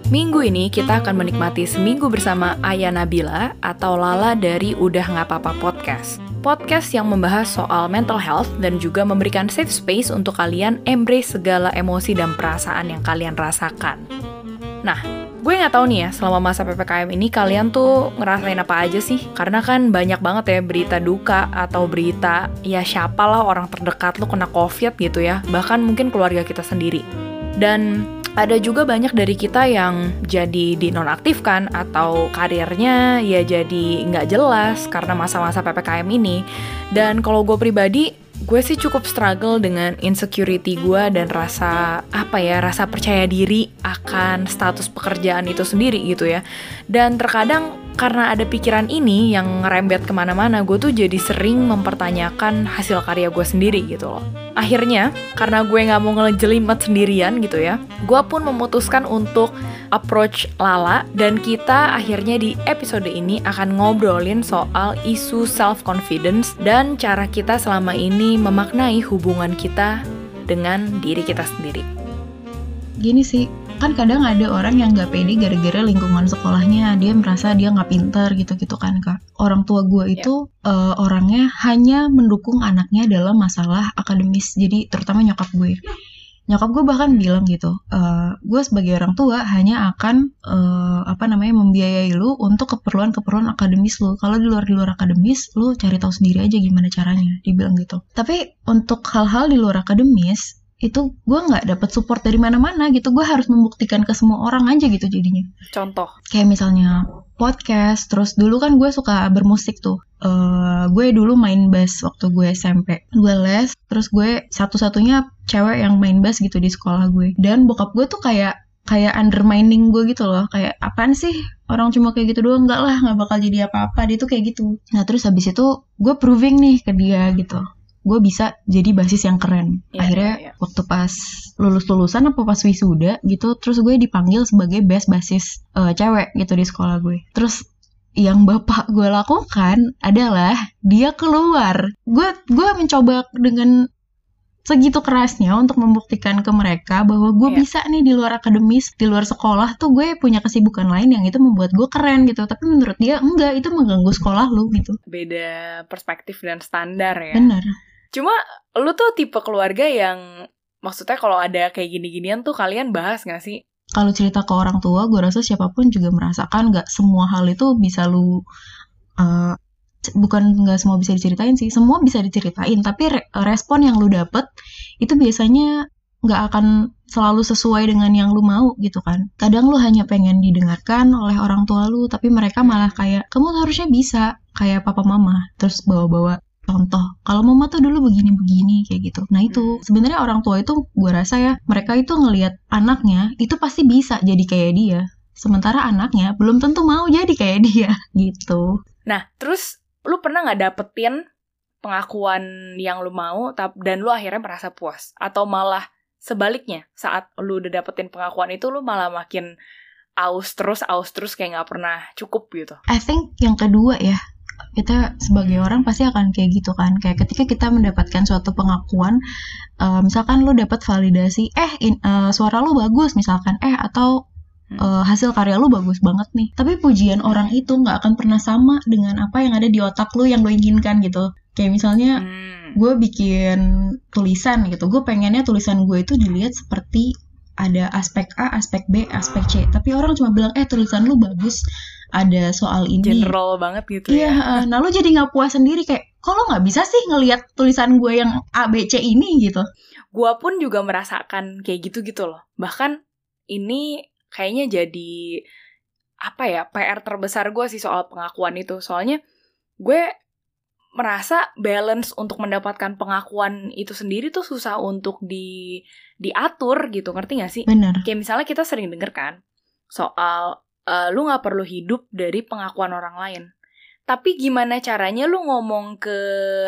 Minggu ini kita akan menikmati seminggu bersama Aya Nabila atau Lala dari Udah Nggak Apa-apa Podcast. Podcast yang membahas soal mental health dan juga memberikan safe space untuk kalian embrace segala emosi dan perasaan yang kalian rasakan. Nah, gue nggak tahu nih ya, selama masa PPKM ini kalian tuh ngerasain apa aja sih? Karena kan banyak banget ya berita duka atau berita, ya siapalah orang terdekat lu kena COVID gitu ya, bahkan mungkin keluarga kita sendiri. Dan ada juga banyak dari kita yang jadi dinonaktifkan atau karirnya ya jadi nggak jelas karena masa-masa PPKM ini. Dan kalau gue pribadi, gue sih cukup struggle dengan insecurity gue dan rasa percaya diri akan status pekerjaan itu sendiri gitu ya. Dan terkadang karena ada pikiran ini yang ngerembet kemana-mana, gue tuh jadi sering mempertanyakan hasil karya gue sendiri gitu loh. Akhirnya, karena gue gak mau ngejelimet sendirian gitu ya, gue pun memutuskan untuk approach Lala, dan kita akhirnya di episode ini akan ngobrolin soal isu self-confidence dan cara kita selama ini memaknai hubungan kita dengan diri kita sendiri. Gini sih, kan kadang ada orang yang gak pede gara-gara lingkungan sekolahnya, dia merasa dia gak pintar gitu-gitu kan Kak. Orang tua gue itu orangnya hanya mendukung anaknya dalam masalah akademis, jadi terutama nyokap gue. Nyokap gue bahkan bilang gitu, gue sebagai orang tua hanya akan membiayai lu untuk keperluan akademis lu. Kalau di luar akademis, lu cari tahu sendiri aja gimana caranya, dibilang gitu. Tapi untuk hal-hal di luar akademis, itu gue nggak dapet support dari mana-mana gitu. Gue harus membuktikan ke semua orang aja gitu jadinya. Contoh? Kayak misalnya podcast, terus dulu kan gue suka bermusik tuh. Gue dulu main bass waktu gue SMP. Gue les, terus gue satu-satunya cewek yang main bass gitu di sekolah gue. Dan bokap gue tuh kayak undermining gue gitu loh. Kayak apaan sih? Orang cuma kayak gitu doang, enggak lah, gak bakal jadi apa-apa. Dia tuh kayak gitu. Nah terus habis itu gue proving nih ke dia gitu, gue bisa jadi basis yang keren. Akhirnya waktu pas lulusan apa pas wisuda gitu, terus gue dipanggil sebagai basis cewek gitu di sekolah gue. Terus yang bapak gue lakukan adalah dia keluar. Gue mencoba dengan segitu kerasnya untuk membuktikan ke mereka bahwa gue bisa nih di luar akademis, di luar sekolah tuh gue punya kesibukan lain yang itu membuat gue keren gitu. Tapi menurut dia enggak, itu mengganggu sekolah lu gitu. Beda perspektif dan standar ya. Benar. Cuma lu tuh tipe keluarga yang maksudnya kalau ada kayak gini-ginian tuh kalian bahas gak sih? Kalau cerita ke orang tua, gue rasa siapapun juga merasakan gak semua hal itu bisa lu bukan gak semua bisa diceritain sih, semua bisa diceritain, tapi respon yang lu dapet itu biasanya gak akan selalu sesuai dengan yang lu mau gitu kan. Kadang lu hanya pengen didengarkan oleh orang tua lu, tapi mereka malah kayak, kamu harusnya bisa kayak papa mama, terus bawa-bawa contoh, kalau mama tuh dulu begini-begini kayak gitu. Nah itu sebenarnya orang tua itu gue rasa ya, mereka itu ngelihat anaknya itu pasti bisa jadi kayak dia, sementara anaknya belum tentu mau jadi kayak dia gitu. Nah terus lu pernah nggak dapetin pengakuan yang lu mau dan lu akhirnya merasa puas, atau malah sebaliknya saat lu udah dapetin pengakuan itu lu malah makin aus terus kayak nggak pernah cukup gitu? I think yang kedua ya. Kita sebagai orang pasti akan kayak gitu kan. Kayak ketika kita mendapatkan suatu pengakuan, misalkan lu dapat validasi, suara lu bagus misalkan, atau hasil karya lu bagus banget nih. Tapi pujian orang itu nggak akan pernah sama dengan apa yang ada di otak lu yang lu inginkan gitu. Kayak misalnya gue bikin tulisan gitu, gue pengennya tulisan gue itu dilihat seperti ada aspek A, aspek B, aspek C. Tapi orang cuma bilang, tulisan lu bagus, ada soal ini. General banget gitu ya. Nah lu jadi gak puas sendiri, kayak, kok lo gak bisa sih ngelihat tulisan gue yang A, B, C ini gitu. Gue pun juga merasakan kayak gitu loh. Bahkan ini kayaknya jadi PR terbesar gue sih soal pengakuan itu. Soalnya gue merasa balance untuk mendapatkan pengakuan itu sendiri tuh susah untuk diatur gitu, ngerti gak sih? Bener. Kayak misalnya kita sering denger kan soal lu gak perlu hidup dari pengakuan orang lain. Tapi gimana caranya lu ngomong ke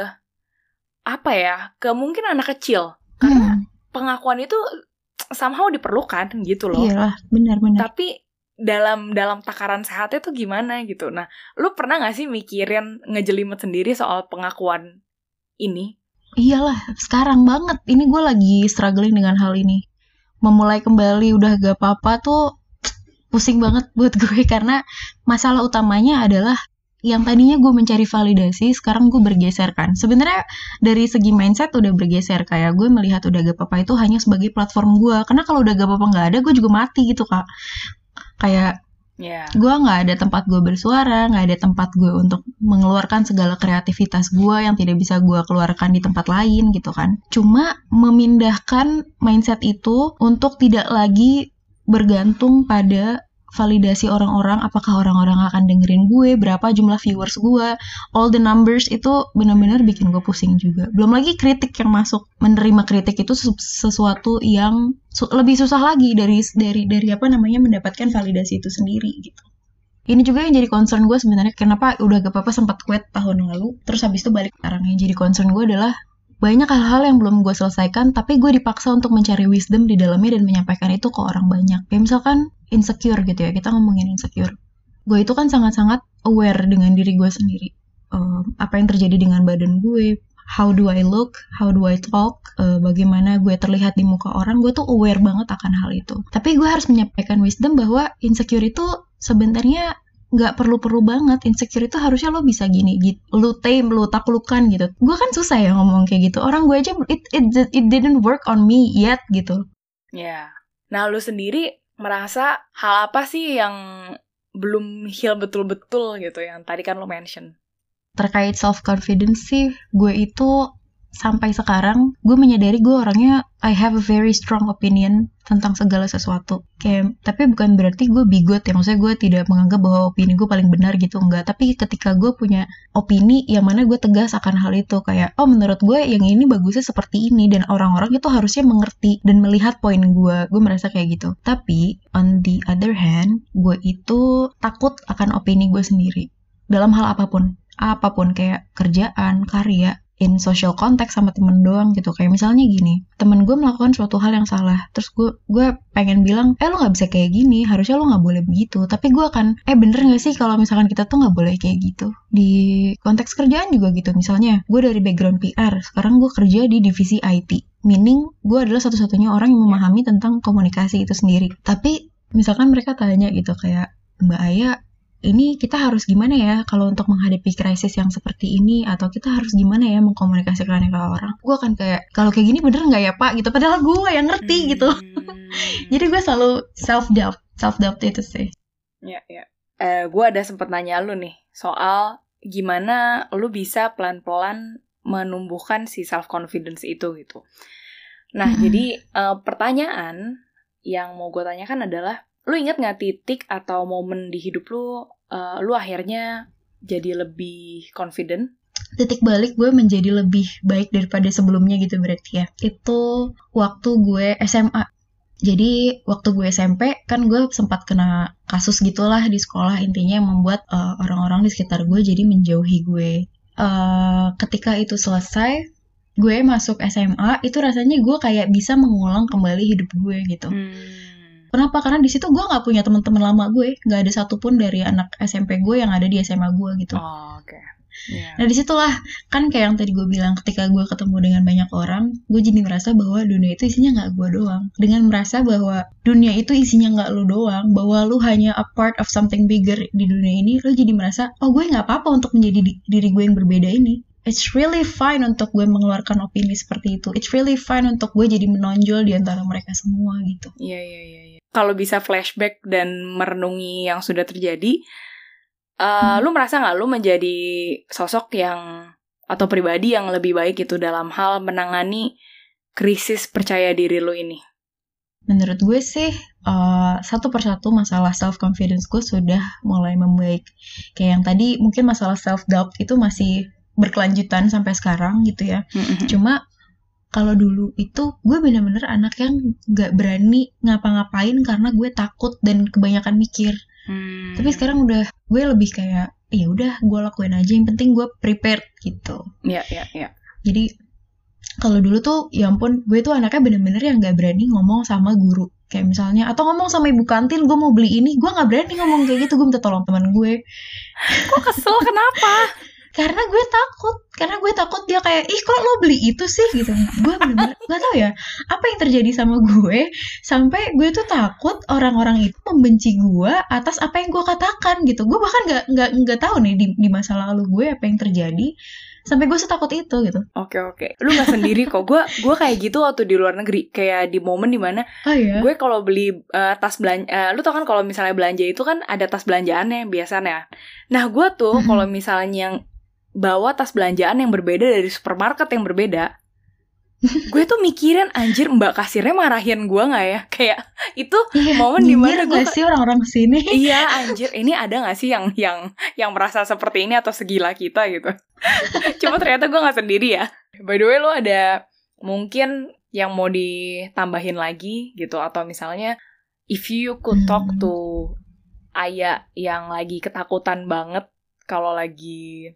ke mungkin anak kecil, karena pengakuan itu somehow diperlukan gitu loh. Iyalah, benar-benar. Tapi dalam takaran sehatnya tuh gimana gitu. Nah, lu pernah gak sih mikirin ngejelimet sendiri soal pengakuan ini? Iyalah, sekarang banget. Ini gue lagi struggling dengan hal ini. Memulai kembali udah gak apa-apa tuh pusing banget buat gue karena masalah utamanya adalah yang tadinya gue mencari validasi, sekarang gue bergeser kan. Sebenarnya dari segi mindset udah bergeser, kayak gue melihat udah gak apa-apa itu hanya sebagai platform gue. Karena kalau udah gak apa-apa nggak ada, gue juga mati gitu kak. Kayak gue nggak ada tempat gue bersuara, nggak ada tempat gue untuk mengeluarkan segala kreativitas gue yang tidak bisa gue keluarkan di tempat lain gitu kan. Cuma memindahkan mindset itu untuk tidak lagi bergantung pada validasi orang-orang, apakah orang-orang akan dengerin gue, berapa jumlah viewers gue, all the numbers itu benar-benar bikin gue pusing juga. Belum lagi kritik yang masuk, menerima kritik itu sesuatu yang lebih susah lagi dari apa namanya mendapatkan validasi itu sendiri gitu. Ini juga yang jadi concern gue sebenarnya, kenapa udah gak apa-apa sempat quit tahun lalu, terus habis itu balik sekarang. Yang jadi concern gue adalah banyak hal-hal yang belum gue selesaikan, tapi gue dipaksa untuk mencari wisdom di dalamnya dan menyampaikan itu ke orang banyak. Kayak misalkan insecure gitu ya, kita ngomongin insecure. Gue itu kan sangat-sangat aware dengan diri gue sendiri. Apa yang terjadi dengan badan gue, how do I look, how do I talk, bagaimana gue terlihat di muka orang, gue tuh aware banget akan hal itu. Tapi gue harus menyampaikan wisdom bahwa insecure itu sebenarnya nggak perlu-perlu banget. Insecure itu harusnya lo bisa gini gitu, lo tame, lo taklukan gitu. Gue kan susah ya ngomong kayak gitu, orang gue aja it didn't work on me yet gitu. Ya, nah lo sendiri merasa hal apa sih yang belum heal betul-betul gitu, yang tadi kan lo mention? Terkait self confidence sih, gue itu sampai sekarang gue menyadari gue orangnya I have a very strong opinion tentang segala sesuatu. Kayak, tapi bukan berarti gue bigot ya, maksudnya gue tidak menganggap bahwa opini gue paling benar gitu, enggak. Tapi ketika gue punya opini yang mana gue tegas akan hal itu, kayak oh menurut gue yang ini bagusnya seperti ini dan orang-orang itu harusnya mengerti dan melihat poin gue merasa kayak gitu. Tapi on the other hand, gue itu takut akan opini gue sendiri dalam hal apapun kayak kerjaan, karya, in social context sama temen doang gitu. Kayak misalnya gini, temen gue melakukan suatu hal yang salah, terus gue pengen bilang, lo gak bisa kayak gini, harusnya lo gak boleh begitu. Tapi gue akan, bener gak sih kalau misalkan kita tuh gak boleh kayak gitu. Di konteks kerjaan juga gitu, misalnya gue dari background PR, sekarang gue kerja di divisi IT, meaning gue adalah satu-satunya orang yang memahami tentang komunikasi itu sendiri. Tapi misalkan mereka tanya gitu kayak, Mbak Aya, ini kita harus gimana ya kalau untuk menghadapi krisis yang seperti ini, atau kita harus gimana ya mengkomunikasikannya ke orang. Gue akan kayak, kalau kayak gini bener gak ya Pak gitu, padahal gue yang ngerti gitu. Jadi gue selalu self doubt itu sih. Ya. Gue ada sempet nanya lu nih soal gimana lu bisa pelan-pelan menumbuhkan si self confidence itu gitu. Nah jadi pertanyaan yang mau gue tanyakan adalah, lu ingat gak titik atau momen di hidup lu akhirnya jadi lebih confident? Titik balik gue menjadi lebih baik daripada sebelumnya gitu berarti ya. Itu waktu gue SMA. Jadi waktu gue SMP kan gue sempat kena kasus gitulah di sekolah, intinya yang membuat orang-orang di sekitar gue jadi menjauhi gue. Ketika itu selesai, gue masuk SMA, itu rasanya gue kayak bisa mengulang kembali hidup gue gitu. Kenapa? Karena di situ gue nggak punya teman-teman lama gue, nggak ada satupun dari anak SMP gue yang ada di SMA gue gitu. Oke. Yeah. Nah disitulah kan kayak yang tadi gue bilang, ketika gue ketemu dengan banyak orang, gue jadi merasa bahwa dunia itu isinya nggak gue doang. Dengan merasa bahwa dunia itu isinya nggak lu doang, bahwa lu hanya a part of something bigger di dunia ini, lu jadi merasa, oh gue nggak apa-apa untuk menjadi diri gue yang berbeda ini. It's really fine untuk gue mengeluarkan opini seperti itu. It's really fine untuk gue jadi menonjol di antara mereka semua gitu. Iya. Kalau bisa flashback dan merenungi yang sudah terjadi, lu merasa gak lu menjadi sosok yang, atau pribadi yang lebih baik itu dalam hal menangani krisis percaya diri lu ini? Menurut gue sih, satu persatu masalah self-confidence gue sudah mulai membaik. Kayak yang tadi, mungkin masalah self-doubt itu masih berkelanjutan sampai sekarang gitu ya. Cuma kalau dulu itu gue benar-benar anak yang gak berani ngapa-ngapain karena gue takut dan kebanyakan mikir. Tapi sekarang udah gue lebih kayak, ya udah gue lakuin aja, yang penting gue prepared gitu. Iya. Jadi kalau dulu tuh ya ampun, gue tuh anaknya bener-bener yang gak berani ngomong sama guru. Kayak misalnya, atau ngomong sama ibu kantin, gue mau beli ini, gue gak berani ngomong kayak gitu, gue minta tolong teman gue. Kok kesel, kenapa? karena gue takut dia kayak, ih kok lo beli itu sih gitu. Gue bener-bener gak tahu ya apa yang terjadi sama gue sampai gue tuh takut orang-orang itu membenci gue atas apa yang gue katakan gitu. Gue bahkan nggak tahu nih di masa lalu gue apa yang terjadi sampai gue setakut itu gitu. Oke. Lu gak sendiri kok. Gue kayak gitu waktu di luar negeri. Kayak di momen dimana gue kalau beli tas belanja, lu tau kan kalau misalnya belanja itu kan ada tas belanjaannya biasanya. Nah gue tuh kalau misalnya bawa tas belanjaan yang berbeda dari supermarket yang berbeda, gue tuh mikirin anjir mbak kasirnya marahin gue gak ya? Kayak itu momen dimana gue sih orang-orang kesini. Iya anjir, ini ada gak sih yang merasa seperti ini atau segila kita gitu. Cuma ternyata gue gak sendiri ya. By the way, lo ada mungkin yang mau ditambahin lagi gitu, atau misalnya if you could talk to Aya yang lagi ketakutan banget kalau lagi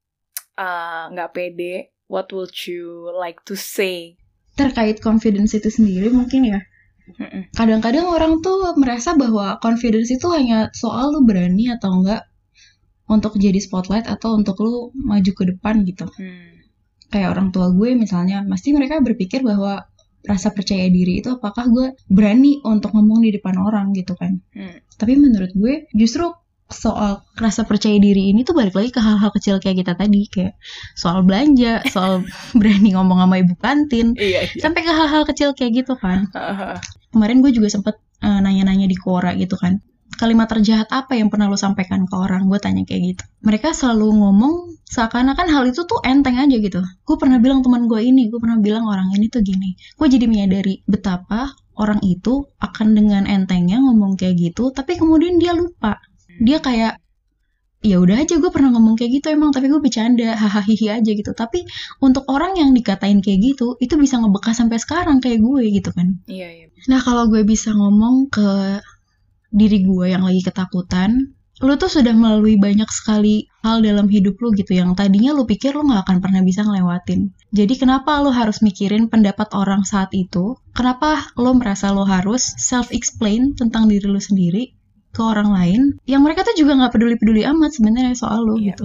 gak pede, what would you like to say? Terkait confidence itu sendiri mungkin ya. Kadang-kadang orang tuh merasa bahwa confidence itu hanya soal lu berani atau enggak untuk jadi spotlight atau untuk lu maju ke depan gitu. Kayak orang tua gue misalnya, pasti mereka berpikir bahwa rasa percaya diri itu apakah gue berani untuk ngomong di depan orang gitu kan. Tapi menurut gue justru soal rasa percaya diri ini tuh balik lagi ke hal-hal kecil kayak kita tadi, kayak soal belanja, soal berani ngomong sama ibu kantin, sampai ke hal-hal kecil kayak gitu kan. Kemarin gue juga sempet nanya-nanya di Quora gitu kan, kalimat terjahat apa yang pernah lo sampaikan ke orang, gue tanya kayak gitu. Mereka selalu ngomong seakan-akan hal itu tuh enteng aja gitu. Gue pernah bilang teman gue ini, gue pernah bilang orang ini tuh gini. Gue jadi menyadari betapa orang itu akan dengan entengnya ngomong kayak gitu, tapi kemudian dia lupa. Dia kayak, ya udah aja gue pernah ngomong kayak gitu emang, tapi gue bercanda, hahaha aja gitu. Tapi untuk orang yang dikatain kayak gitu, itu bisa ngebekas sampai sekarang kayak gue gitu kan. Iya. Nah kalau gue bisa ngomong ke diri gue yang lagi ketakutan, lu tuh sudah melalui banyak sekali hal dalam hidup lu gitu, yang tadinya lu pikir lu gak akan pernah bisa ngelewatin. Jadi kenapa lu harus mikirin pendapat orang saat itu? Kenapa lu merasa lu harus self-explain tentang diri lu sendiri ke orang lain yang mereka tuh juga gak peduli-peduli amat sebenarnya soal lu gitu.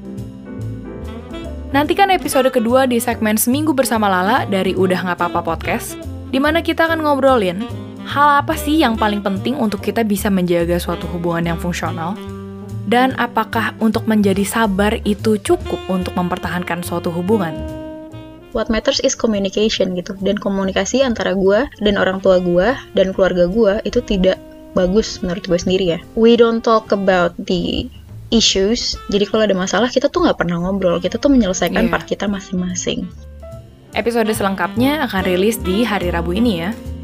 Nantikan episode kedua di segmen Seminggu Bersama Lala dari Udah Gak Apa-apa Podcast, di mana kita akan ngobrolin hal apa sih yang paling penting untuk kita bisa menjaga suatu hubungan yang fungsional, dan apakah untuk menjadi sabar itu cukup untuk mempertahankan suatu hubungan. What matters is communication gitu, dan komunikasi antara gue dan orang tua gue dan keluarga gue itu tidak bagus menurut gue sendiri ya. We don't talk about the issues. Jadi kalau ada masalah kita tuh nggak pernah ngobrol. Kita tuh menyelesaikan part kita masing-masing. Episode selengkapnya akan rilis di hari Rabu ini ya.